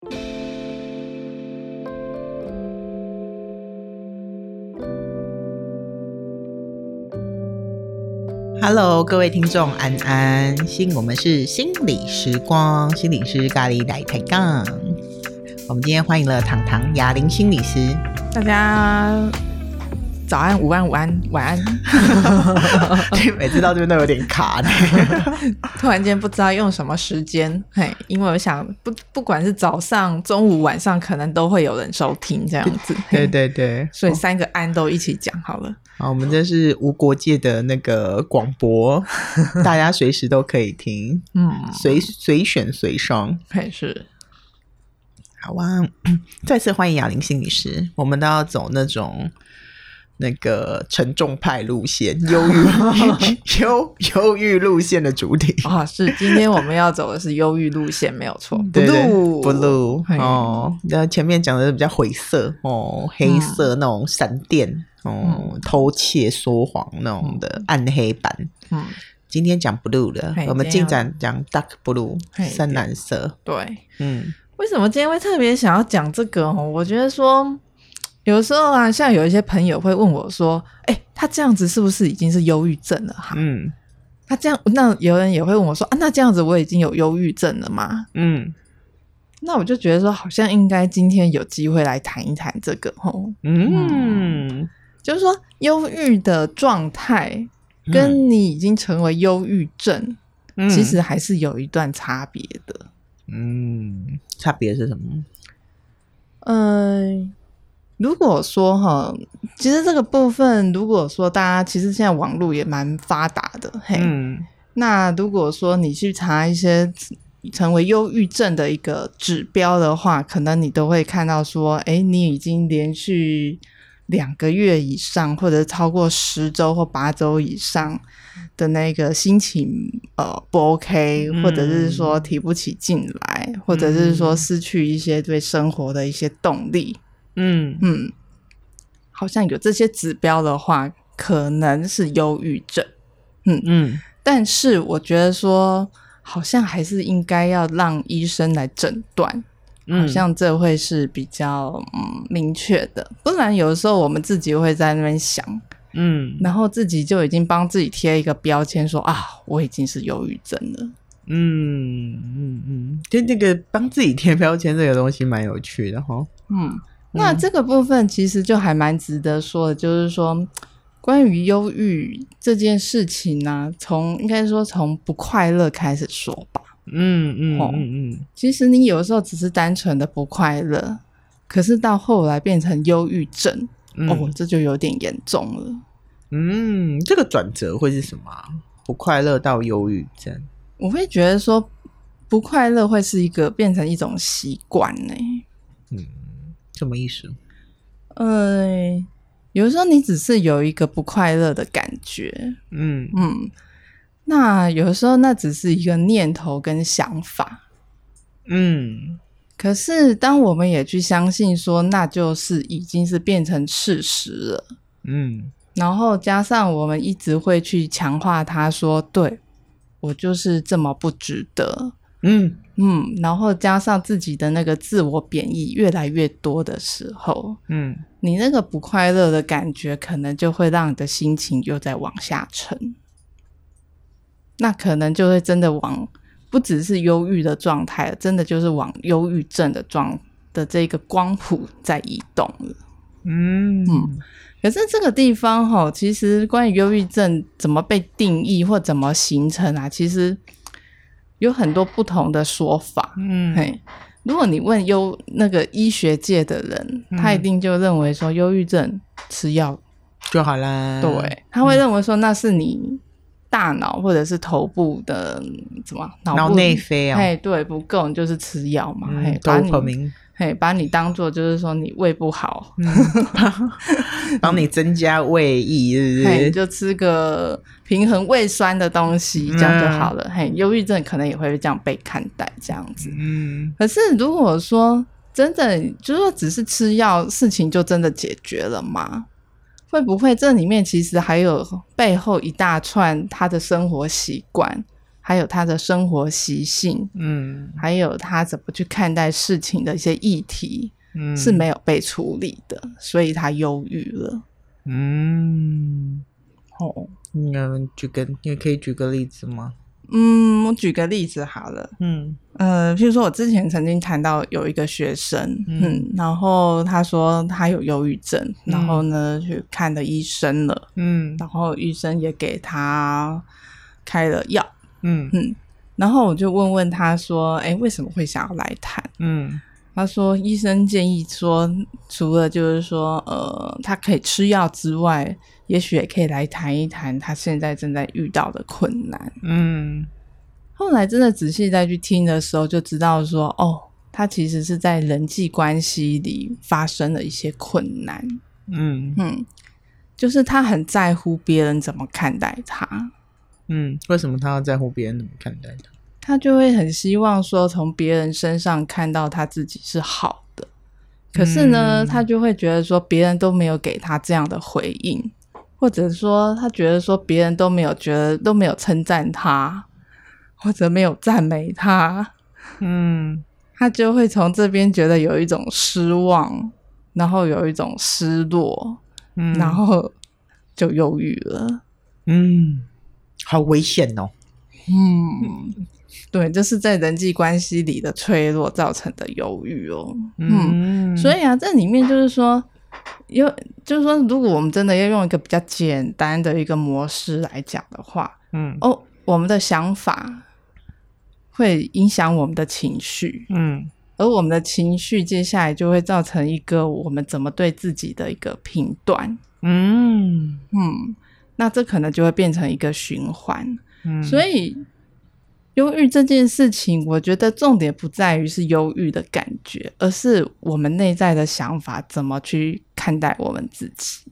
Hello， 各位听众安安，我们是心理时光，心理师咖喱来抬杠。我们今天欢迎了糖糖哑铃心理师， 大家早安、午安、晚安。 每次到这边都有点卡呢， 突然间不知道用什么时间，因为我想不管是早上、中午、晚上，可能都会有人收听这样子。 对对对， 所以三个安都一起讲好了。 好，我们这是无国界的那个广播，大家随时都可以听，随选随上， 是。 好啊，再次欢迎哑铃心理师，我们都要走那个沉重派路线，忧郁路线的主题是今天我们要走的是忧郁路线，没有错。 blue 哦，那前面讲的是比较灰色哦，黑色那种闪电偷窃说谎那种的暗黑版。今天讲 blue 的，我们进展讲 dark blue 深蓝色。 对，为什么今天会特别想要讲这个？我觉得说有时候啊，像有一些朋友会问我说他这样子是不是已经是忧郁症了哈？他这样，那有人也会问我说那这样子我已经有忧郁症了吗？那我就觉得说好像应该今天有机会来谈一谈这个就是说忧郁的状态跟你已经成为忧郁症其实还是有一段差别的。 差别是什么？ 如果说其实这个部分，如果说大家其实现在网络也蛮发达的，那如果说你去查一些成为忧郁症的一个指标的话，可能你都会看到说你已经连续2个月以上，或者超过10周或8周以上的那个心情不 OK，或者是说提不起劲来，或者是说失去一些对生活的一些动力。好像有这些指标的话，可能是忧郁症。但是我觉得说好像还是应该要让医生来诊断，好像这会是比较明确的，不然有的时候我们自己会在那边想然后自己就已经帮自己贴一个标签说我已经是忧郁症了。 就那个帮自己贴标签这个东西蛮有趣的那这个部分其实就还蛮值得说的，就是说关于忧郁这件事情呢，应该说从不快乐开始说吧。其实你有时候只是单纯的不快乐，可是到后来变成忧郁症这就有点严重了。 这个转折会是什么不快乐到忧郁症？ 我会觉得说不快乐会是变成一种习惯什么意思？ 有时候你只是有一个不快乐的感觉那有时候那只是一个念头跟想法可是当我们也去相信说那就是已经是变成事实了然后加上我们一直会去强化它说对我就是这么不值得然后加上自己的那个自我贬义越来越多的时候你那个不快乐的感觉可能就会让你的心情又再往下沉，那可能就会真的不只是忧郁的状态，真的就是往忧郁症的这个光谱在移动了可是这个地方其实关于忧郁症怎么被定义或怎么形成其实有很多不同的说法如果你问那个医学界的人他一定就认为说忧郁症吃药就好啦， 对，他会认为说那是你大脑或者是头部的什么脑内啡对，不够你就是吃药嘛把你当作就是说你胃不好帮你增加胃液是不是就吃个平衡胃酸的东西这样就好了忧郁症可能也会这样被看待这样子可是如果说真的就是说只是吃药事情就真的解决了吗？会不会这里面其实还有背后一大串他的生活习惯还有他的生活习性，还有他怎么去看待事情的一些议题，是没有被处理的，所以他忧郁了。 你可以举个例子吗？ 我举个例子好了。譬如说我之前曾经谈到有一个学生，然后他说他有忧郁症，然后呢去看了医生了，然后医生也给他开了药，然后我就问他说为什么会想要来谈？他说医生建议说除了就是说他可以吃药之外，也许也可以来谈一谈他现在正在遇到的困难。后来真的仔细再去听的时候就知道说他其实是在人际关系里发生了一些困难。就是他很在乎别人怎么看待他。 为什么他要在乎别人怎么看待他？ 他就会很希望说从别人身上看到他自己是好的，可是呢他就会觉得说别人都没有给他这样的回应，或者说他觉得说别人都没有称赞他，或者没有赞美他，他就会从这边觉得有一种失望，然后有一种失落，然后就忧郁了。 好危险哦。 对，这是在人际关系里的脆弱造成的忧郁哦。所以啊，这里面就是说如果我们真的要用一个比较简单的一个模式来讲的话，我们的想法会影响我们的情绪，而我们的情绪接下来就会造成一个我们怎么对自己的一个评断。那这可能就会变成一个循环。所以忧郁这件事情，我觉得重点不在于是忧郁的感觉，而是我们内在的想法怎么去看待我们自己。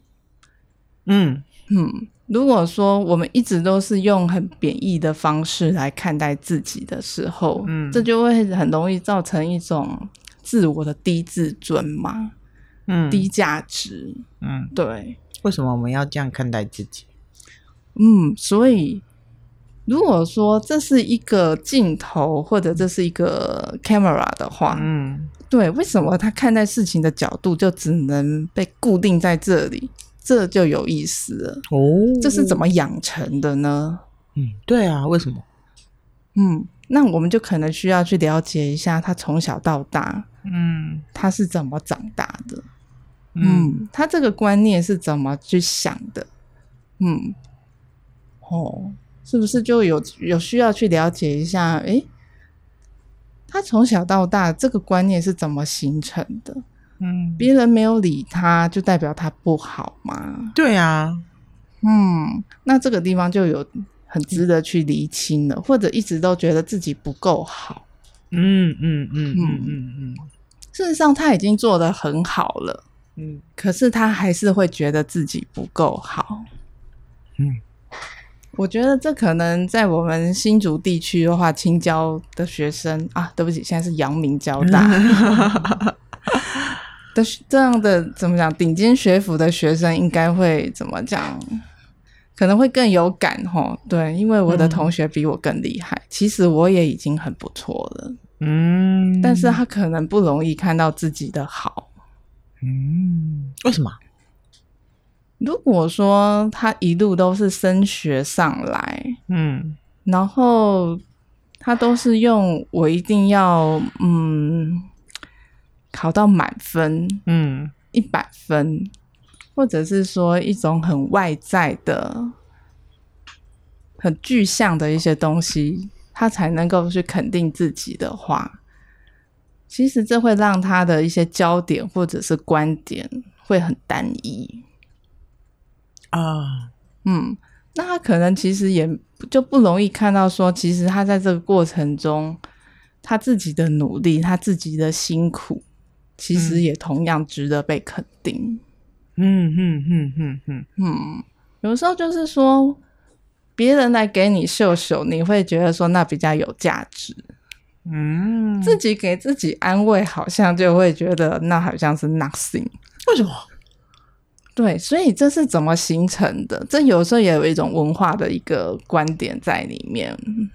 如果说我们一直都是用很贬义的方式来看待自己的时候，这就会很容易造成一种自我的低自尊嘛，低价值。对。 为什么我们要这样看待自己？ 所以如果说这是一个镜头或者这是一个 camera 的话，对，为什么他看待事情的角度就只能被固定在这里？这就有意思了。这是怎么养成的呢？ 对啊，为什么？ 那我们就可能需要去了解一下他从小到大，他是怎么长大的，他这个观念是怎么去想的，是不是就有需要去了解一下他从小到大这个观念是怎么形成的？别人没有理他就代表他不好吗？ 对啊。 那这个地方就有很值得去厘清了，或者一直都觉得自己不够好。事实上他已经做得很好了，可是他还是会觉得自己不够好。我觉得这可能在我们新竹地区的话，清交的学生对不起，现在是阳明交大的这样的怎么讲，顶尖学府的学生应该会怎么讲，可能会更有感对，因为我的同学比我更厉害，其实我也已经很不错了，但是他可能不容易看到自己的好。 为什么？ 如果说他一路都是升学上来，然后他都是用我一定要考到满分，100分，或者是说一种很外在的很具象的一些东西他才能够去肯定自己的话，其实这会让他的一些焦点或者是观点会很单一那他可能其实也就不容易看到说，其实他在这个过程中他自己的努力，他自己的辛苦其实也同样值得被肯定。有时候就是说别人来给你秀秀，你会觉得说那比较有价值，自己给自己安慰好像就会觉得那好像是 nothing。 为什么？ 对，所以这是怎么形成的？这有时候也有一种文化的一个观点在里面。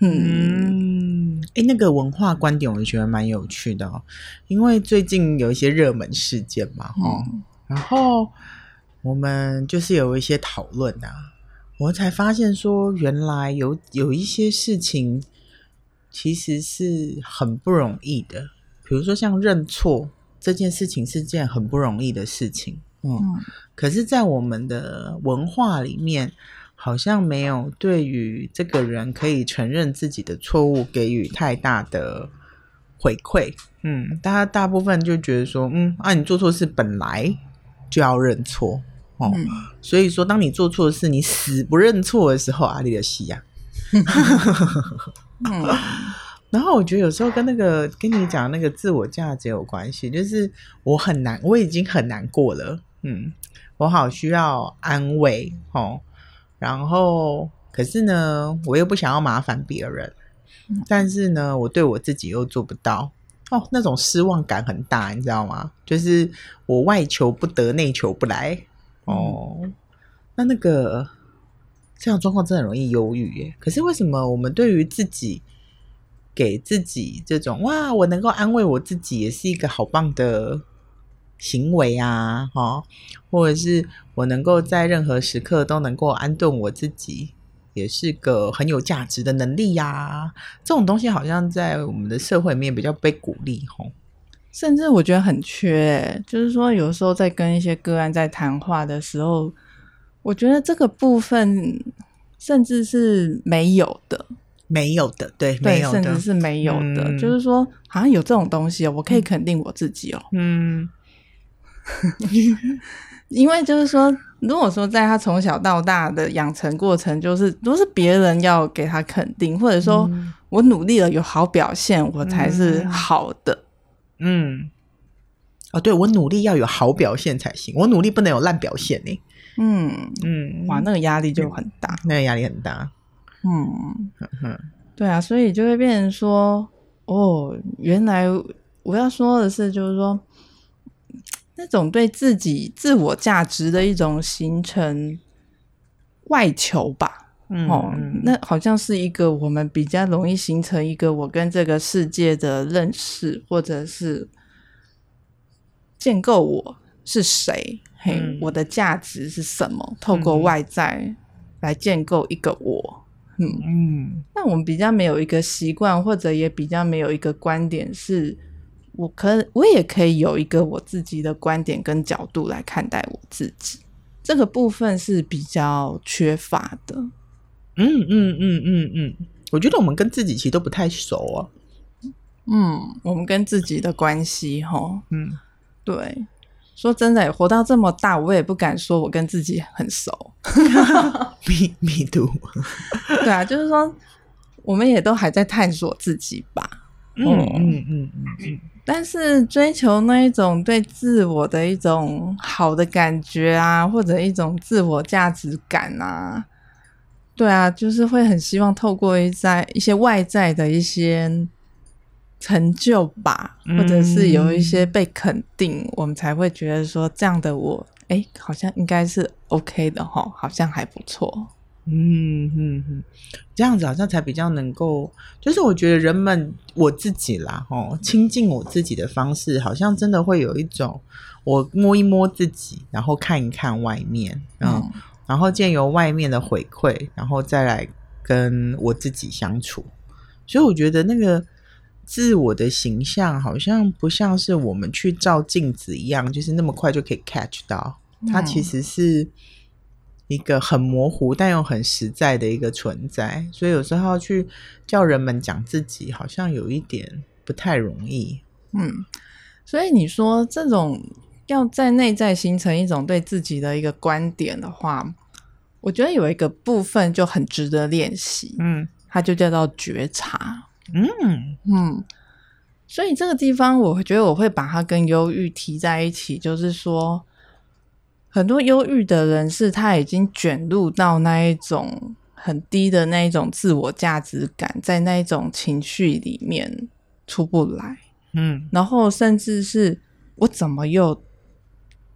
那个文化观点我觉得蛮有趣的因为最近有一些热门事件嘛，然后我们就是有一些讨论我才发现说原来有一些事情其实是很不容易的，比如说像认错这件事情是件很不容易的事情，可是在我们的文化里面好像没有对于这个人可以承认自己的错误给予太大的回馈，大部分就觉得说你做错事本来就要认错所以说当你做错事你死不认错的时候你就死啊然后我觉得有时候跟你讲那个自我价值有关系，就是我已经很难过了，我好需要安慰然后可是呢我又不想要麻烦别人，但是呢我对我自己又做不到那种失望感很大，你知道吗？就是我外求不得内求不来那个这样状况真的很容易忧郁耶。可是为什么我们对于自己给自己这种哇我能够安慰我自己也是一个好棒的行为或者是我能够在任何时刻都能够安顿我自己也是个很有价值的能力这种东西好像在我们的社会里面比较被鼓励甚至我觉得很缺就是说有时候在跟一些个案在谈话的时候，我觉得这个部分甚至是没有的，对，没有的，甚至是没有的，就是说好像有这种东西我可以肯定我自己因为就是说如果说在他从小到大的养成过程就是都是别人要给他肯定，或者说我努力了有好表现我才是好的对，我努力要有好表现才行，我努力不能有烂表现哇那个压力就很大， 那个压力很大对啊，所以就会变成说原来我要说的是就是说那种对自己自我价值的一种形成外求吧那好像是一个我们比较容易形成一个我跟这个世界的认识，或者是建构我是谁我的价值是什么，透过外在来建构一个我那我们比较没有一个习惯，或者也比较没有一个观点是我也可以有一个我自己的观点跟角度来看待我自己，这个部分是比较缺乏的我觉得我们跟自己其实都不太熟我们跟自己的关系对，说真的活到这么大我也不敢说我跟自己很熟 me too 对啊，就是说我们也都还在探索自己吧但是追求那一种对自我的一种好的感觉或者一种自我价值感对啊，就是会很希望透过一些外在的一些成就吧或者是有一些被肯定我们才会觉得说这样的我好像应该是 OK 的好像还不错这样子好像才比较能够，就是我觉得人们我自己啦亲近我自己的方式好像真的会有一种我摸一摸自己然后看一看外面然后借由外面的回馈然后再来跟我自己相处，所以我觉得那个自我的形象好像不像是我们去照镜子一样就是那么快就可以 catch 到，它其实是一个很模糊但又很实在的一个存在，所以有时候要去叫人们讲自己好像有一点不太容易所以你说这种要在内在形成一种对自己的一个观点的话，我觉得有一个部分就很值得练习它就叫做觉察所以这个地方我觉得我会把它跟忧郁提在一起，就是说很多忧郁的人是他已经卷入到那一种很低的那一种自我价值感，在那一种情绪里面出不来然后甚至是我怎么又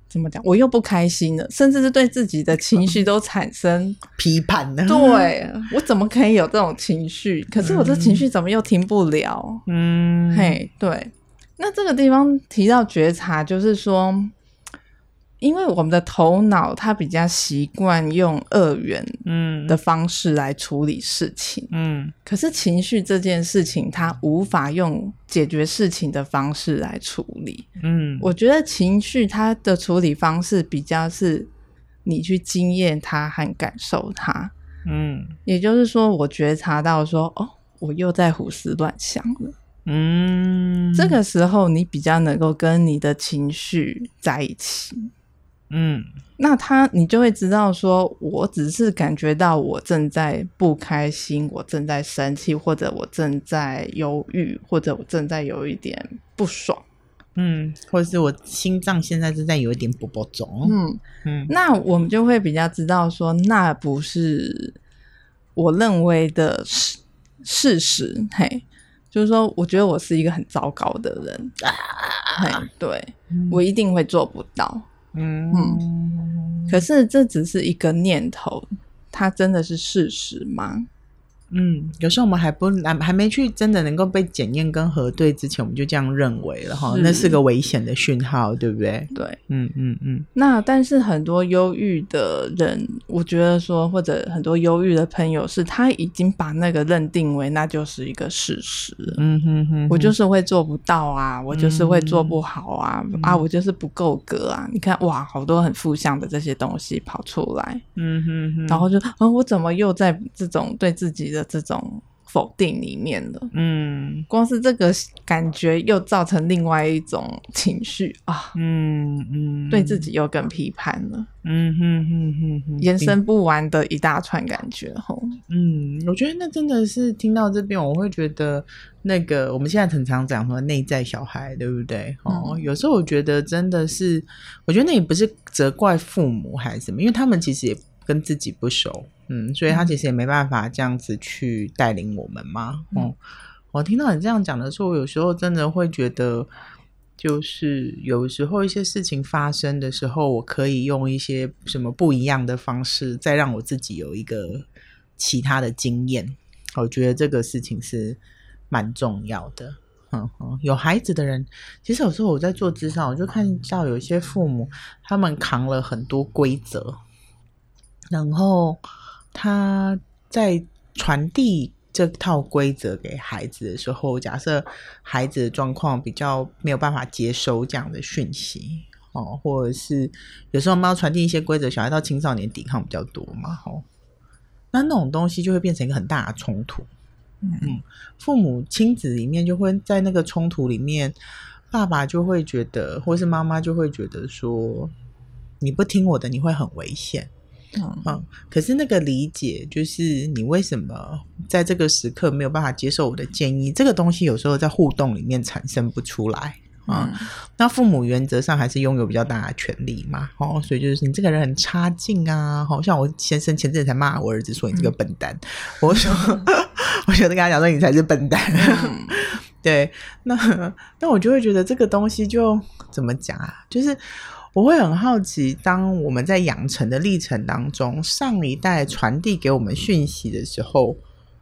怎么讲，我又不开心了，甚至是对自己的情绪都产生批判了。 对，我怎么可以有这种情绪？可是我这情绪怎么又停不了？嘿，对。那这个地方提到觉察，就是说，因为我们的头脑它比较习惯用二元的方式来处理事情，可是情绪这件事情它无法用解决事情的方式来处理。我觉得情绪它的处理方式比较是你去经验它和感受它。也就是说我觉察到说我又在胡思乱想了。这个时候你比较能够跟你的情绪在一起。那你就会知道说我只是感觉到我正在不开心，我正在生气，或者我正在忧郁，或者我正在有一点不爽， 或者是我心脏现在正在有一点波波肿。 那我们就会比较知道说那不是我认为的事实。嘿，就是说我觉得我是一个很糟糕的人。嘿，对，我一定会做不到。可是这只是一个念头，它真的是事实吗？ 有时候我们还没去真的能够被检验跟核对之前，我们就这样认为了哈，那是个危险的讯号，对不对？ 对，那但是很多忧郁的人，我觉得说，或者很多忧郁的朋友，是他已经把那个认定为那就是一个事实了。我就是会做不到啊，我就是会做不好啊，我就是不够格啊。你看，哇，好多很负向的这些东西跑出来，然后就我怎么又在这种对自己的这种否定里面了。光是这个感觉又造成另外一种情绪啊，对自己又更批判了。延伸不完的一大串感觉。 我觉得那真的是听到这边我会觉得那个我们现在很常讲说内在小孩，对不对？有时候我觉得真的是，我觉得那也不是责怪父母还是什么，因为他们其实也跟自己不熟，所以他其实也没办法这样子去带领我们嘛。我听到你这样讲的时候，我有时候真的会觉得，就是有时候一些事情发生的时候，我可以用一些什么不一样的方式，再让我自己有一个其他的经验。我觉得这个事情是蛮重要的。有孩子的人，其实有时候我在做咨商，我就看到有一些父母，他们扛了很多规则，然后他在传递这套规则给孩子的时候，假设孩子的状况比较没有办法接收这样的讯息，或者是有时候我们要传递一些规则，小孩到青少年抵抗比较多嘛，那种东西就会变成一个很大的冲突。父母亲子里面就会在那个冲突里面，爸爸就会觉得，或是妈妈就会觉得说，你不听我的你会很危险。可是那个理解就是你为什么在这个时刻没有办法接受我的建议，这个东西有时候在互动里面产生不出来。那父母原则上还是拥有比较大的权利嘛，所以就是你这个人很差劲啊，像我先生前阵子才骂我儿子说你这个笨蛋，我说我就跟他讲说你才是笨蛋。对，那我就会觉得这个东西就怎么讲啊，就是我会很好奇，当我们在养成的历程当中，上一代传递给我们讯息的时候，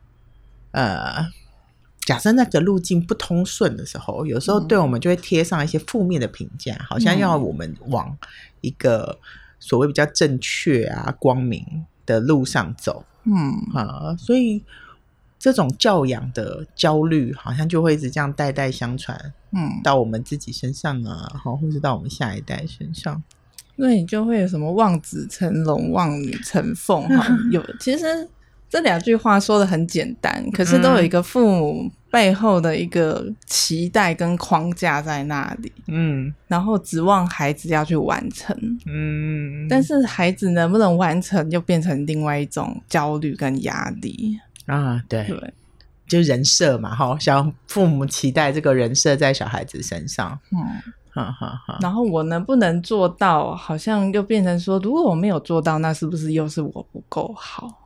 假设那个路径不通顺的时候，有时候对我们就会贴上一些负面的评价，好像要我们往一个所谓比较正确啊光明的路上走。所以这种教养的焦虑好像就会一直这样代代相传，到我们自己身上啊，或是到我们下一代身上。 所以你就会有什么望子成龙望女成凤。其实这两句话说的很简单，可是都有一个父母背后的一个期待跟框架在那里，然后指望孩子要去完成，但是孩子能不能完成又变成另外一种焦虑跟压力啊。对，就人设嘛，想父母期待这个人设在小孩子身上。 然后我能不能做到，好像又变成说，如果我没有做到，那是不是又是我不够好？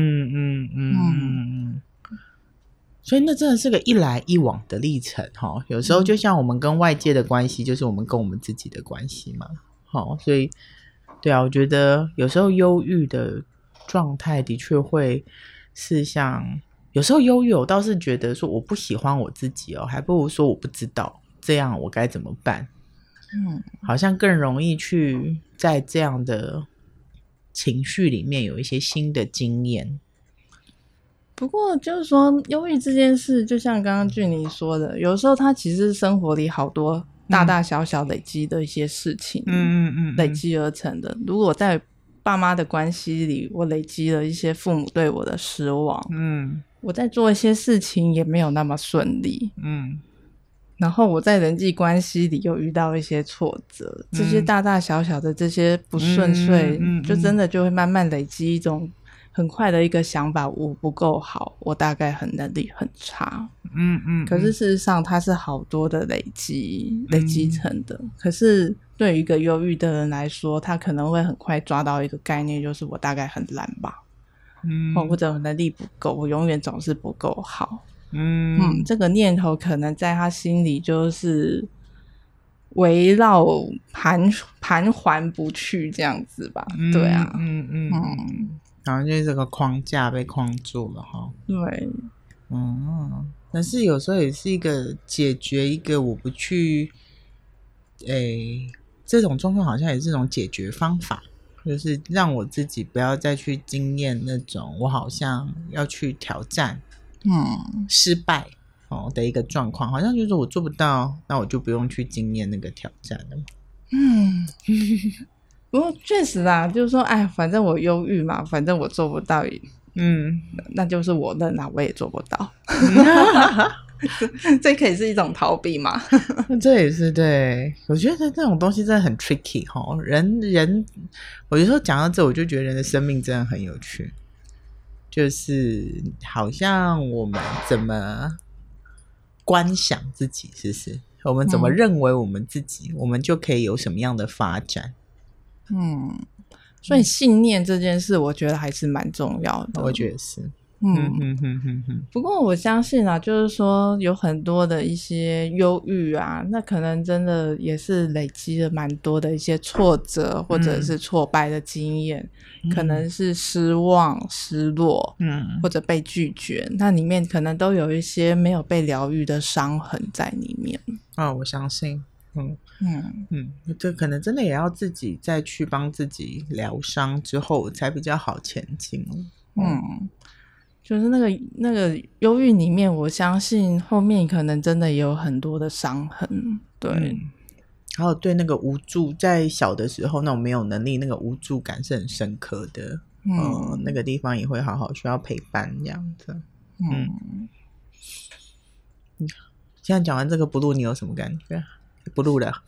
所以那真的是个一来一往的历程。有时候就像我们跟外界的关系，就是我们跟我们自己的关系嘛。 所以对啊，我觉得有时候忧郁的状态的确会是像有时候忧郁，我倒是觉得说我不喜欢我自己还不如说我不知道这样我该怎么办。好像更容易去在这样的情绪里面有一些新的经验。 不过就是说忧郁这件事就像刚刚俊妮说的，有时候它其实是生活里好多大大小小累积的一些事情累积而成的。如果在爸妈的关系里我累积了一些父母对我的失望，我在做一些事情也没有那么顺利，然后我在人际关系里又遇到一些挫折，这些大大小小的这些不顺遂就真的就会慢慢累积一种很快的一个想法，我不够好，我大概能力很差。可是事实上它是好多的累积成的。可是对于一个忧郁的人来说，他可能会很快抓到一个概念，就是我大概很懒吧，或者能力不够，我永远总是不够好。这个念头可能在他心里就是围绕盘桓不去这样子吧。对啊， 然后就是这个框架被框住了对， 但是有时候也是一个解决一个我不去这种状况好像也是一种解决方法，就是让我自己不要再去经验那种我好像要去挑战失败的一个状况，好像就是我做不到，那我就不用去经验那个挑战了。 不过确实啦，就是说反正我忧郁嘛，反正我做不到，那就是我认啦，我也做不到。这可以是一种逃避嘛。 这也是对，我觉得这种东西真的很 tricky 人我有时候讲到这，我就觉得人的生命真的很有趣，就是好像我们怎么观想自己，是不是我们怎么认为我们自己，我们就可以有什么样的发展。 所以信念这件事我觉得还是蛮重要的。 我觉得是。 不过我相信啊，就是说有很多的一些忧郁啊，那可能真的也是累积了蛮多的一些挫折或者是挫败的经验，可能是失望失落或者被拒绝，那里面可能都有一些没有被疗愈的伤痕在里面。 我相信这可能真的也要自己再去帮自己疗伤之后才比较好前进。 就是那个忧郁里面，我相信后面可能真的也有很多的伤痕。对， 还有对那个无助，在小的时候那种没有能力，那个无助感是很深刻的。那个地方也会好好需要陪伴这样子。现在讲完这个不录，你有什么感觉？不录了。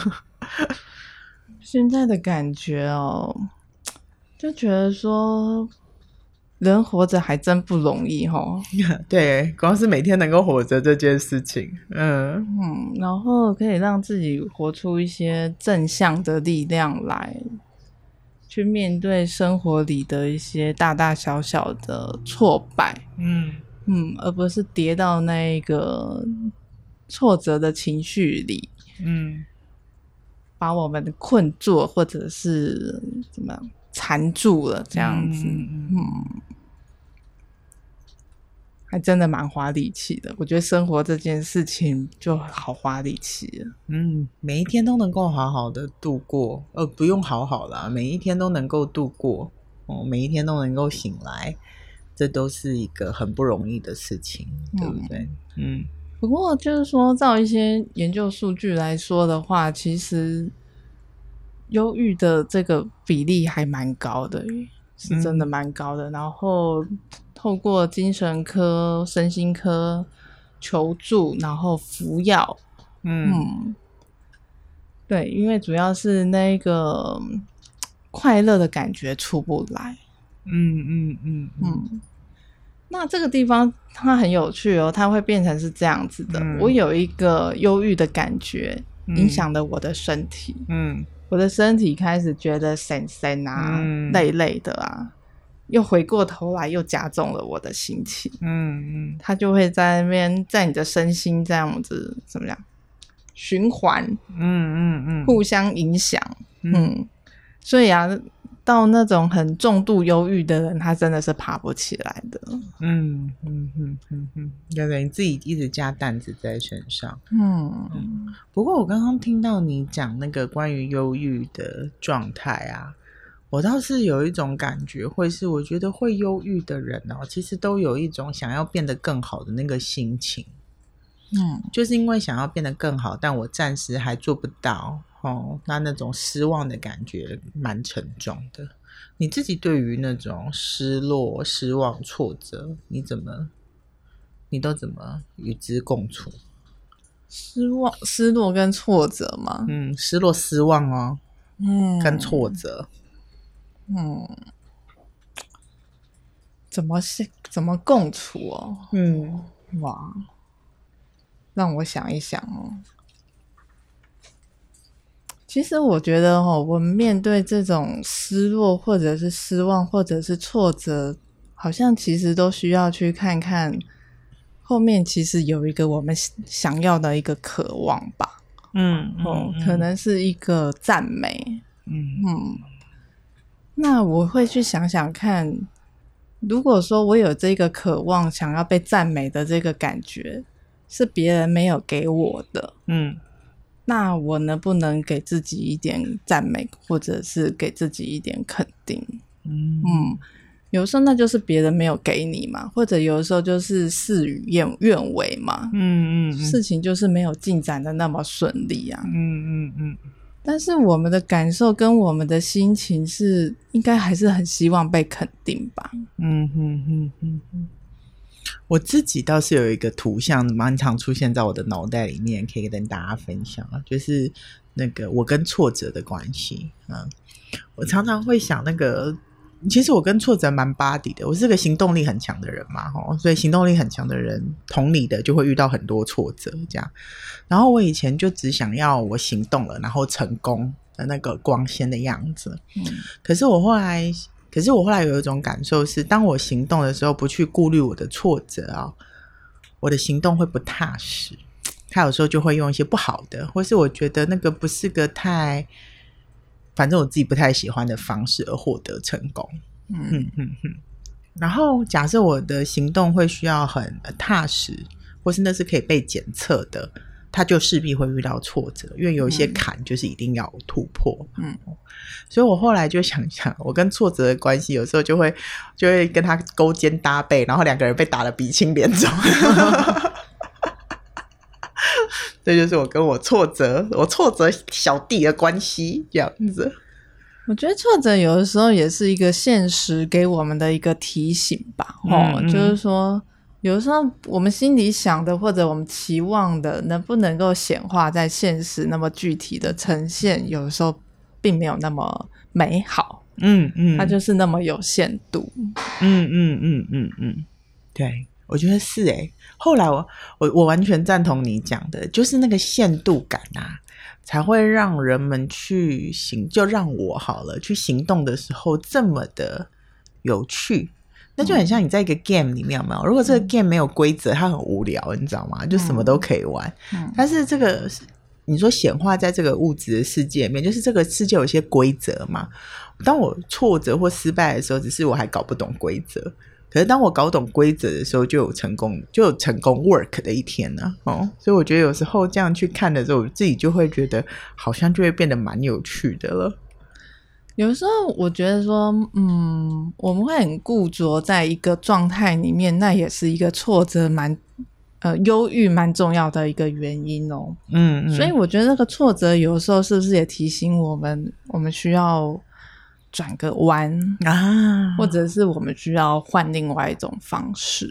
现在的感觉就觉得说人活着还真不容易对，光是每天能够活着这件事情然后可以让自己活出一些正向的力量来去面对生活里的一些大大小小的挫败而不是跌到那个挫折的情绪里把我们困住或者是怎么样缠住了这样子还真的蛮花力气的。我觉得生活这件事情就好花力气了每一天都能够好好的度过不用好好啦，每一天都能够度过每一天都能够醒来，这都是一个很不容易的事情对不对不过就是说照一些研究数据来说的话，其实忧郁的这个比例还蛮高的，是真的蛮高的然后透过精神科身心科求助然后服药对，因为主要是那个快乐的感觉出不来那这个地方它很有趣它会变成是这样子的我有一个忧郁的感觉影响了我的身体我的身体开始觉得酸酸啊累累的又回过头来又加重了我的心情它就会在那边在你的身心这样子怎么样循环互相影响所以啊，到那种很重度忧郁的人，他真的是爬不起来的。 就等于自己一直加担子在身上。不过我刚刚听到你讲那个关于忧郁的状态啊，我倒是有一种感觉，会是我觉得会忧郁的人哦，其实都有一种想要变得更好的那个心情。就是因为想要变得更好，但我暂时还做不到那种失望的感觉蛮沉重的。你自己对于那种失落、失望、挫折，你都怎么与之共处？ 失落跟挫折吗？ 失落、失望哦，跟挫折， 怎么共处哦？哇，让我想一想哦。其实我觉得我们面对这种失落或者是失望或者是挫折，好像其实都需要去看看后面其实有一个我们想要的一个渴望吧。可能是一个赞美。那我会去想想看，如果说我有这个渴望想要被赞美的这个感觉是别人没有给我的，那我能不能给自己一点赞美，或者是给自己一点肯定？有时候那就是别人没有给你嘛，或者有的时候就是事与愿违嘛。事情就是没有进展的那么顺利啊。但是我们的感受跟我们的心情是应该还是很希望被肯定吧。 我自己倒是有一个图像蛮常出现在我的脑袋里面，可以跟大家分享，就是那个我跟挫折的关系。我常常会想那个，其实我跟挫折蛮 buddy 的，我是个行动力很强的人嘛，所以行动力很强的人同理的就会遇到很多挫折这样。然后我以前就只想要我行动了然后成功的那个光鲜的样子。可是我后来有一种感受是，当我行动的时候不去顾虑我的挫折我的行动会不踏实，他有时候就会用一些不好的，或是我觉得那个不是个反正我自己不太喜欢的方式而获得成功。然后假设我的行动会需要很踏实，或是那是可以被检测的，他就势必会遇到挫折，因为有一些坎就是一定要突破。所以我后来就想想，我跟挫折的关系有时候就会跟他勾肩搭背，然后两个人被打得鼻青脸肿。这就是我跟我挫折小弟的关系这样子。 我觉得挫折有的时候也是一个现实给我们的一个提醒吧。就是说有的时候我们心里想的或者我们期望的能不能够显化在现实那么具体的呈现，有的时候并没有那么美好。它就是那么有限度。 对，我觉得是后来我完全赞同你讲的，就是那个限度感才会让人们就让我好了去行动的时候这么的有趣。那就很像你在一个 game 里面有没有？如果这个 game 没有规则，它很无聊，你知道吗？就什么都可以玩。但是这个你说显化在这个物质的世界里面，就是这个世界有一些规则嘛。当我挫折或失败的时候，只是我还搞不懂规则。可是当我搞懂规则的时候，就有成功 work 的一天呢。所以我觉得有时候这样去看的时候，我自己就会觉得好像就会变得蛮有趣的了。 有时候我觉得说我们会很固着在一个状态里面，那也是一个挫折忧郁蛮重要的一个原因哦。所以我觉得那个挫折有时候是不是也提醒我们需要转个弯或者是我们需要换另外一种方式。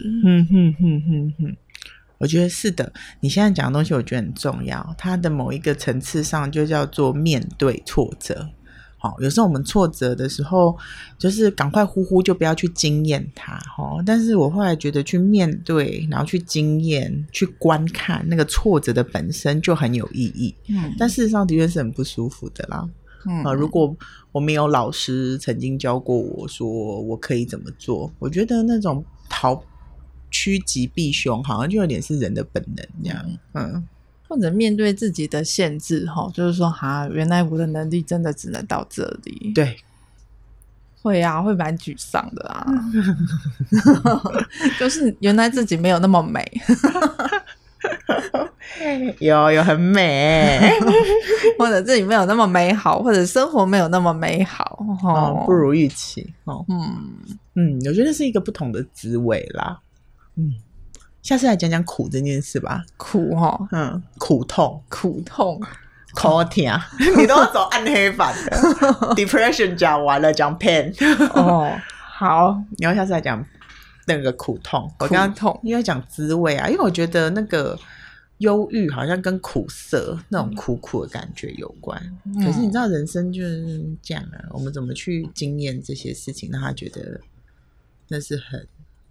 我觉得是的，你现在讲的东西我觉得很重要，它的某一个层次上就叫做面对挫折。有时候我们挫折的时候就是赶快呼就不要去经验它。但是我后来觉得去面对然后去经验去观看那个挫折的本身就很有意义。但事实上的确是很不舒服的啦。如果我没有老师曾经教过我说我可以怎么做，我觉得那种趋吉避凶好像就有点是人的本能这样。 或者面对自己的限制就是说原来我的能力真的只能到这里。 对， 会啊，会蛮沮丧的啊就是原来自己没有那么美有很美或者自己没有那么美好，或者生活没有那么美好不如预期我觉得是一个不同的滋味啦。下次来讲讲苦这件事吧。 苦苦痛苦痛苦痛你都要走暗黑版的depression 讲完了讲 pain 好， 你要下次来讲那个苦痛。我刚刚因为讲滋味啊，因为我觉得那个忧郁好像跟苦涩那种苦苦的感觉有关可是你知道人生就是这样啊，我们怎么去经验这些事情让他觉得那是很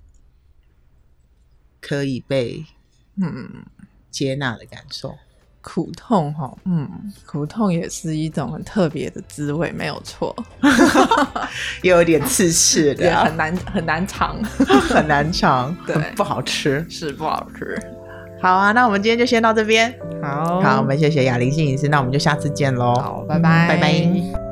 可以被接纳的感受。 苦痛苦痛也是一种很特别的滋味，没有错又有点刺刺的也很难尝很难尝对， 不好吃， 是不好吃。 好啊，那我们今天就先到这边。 好， 我们谢谢雅玲心理师，那我们就下次见咯。 好，拜拜， 拜拜。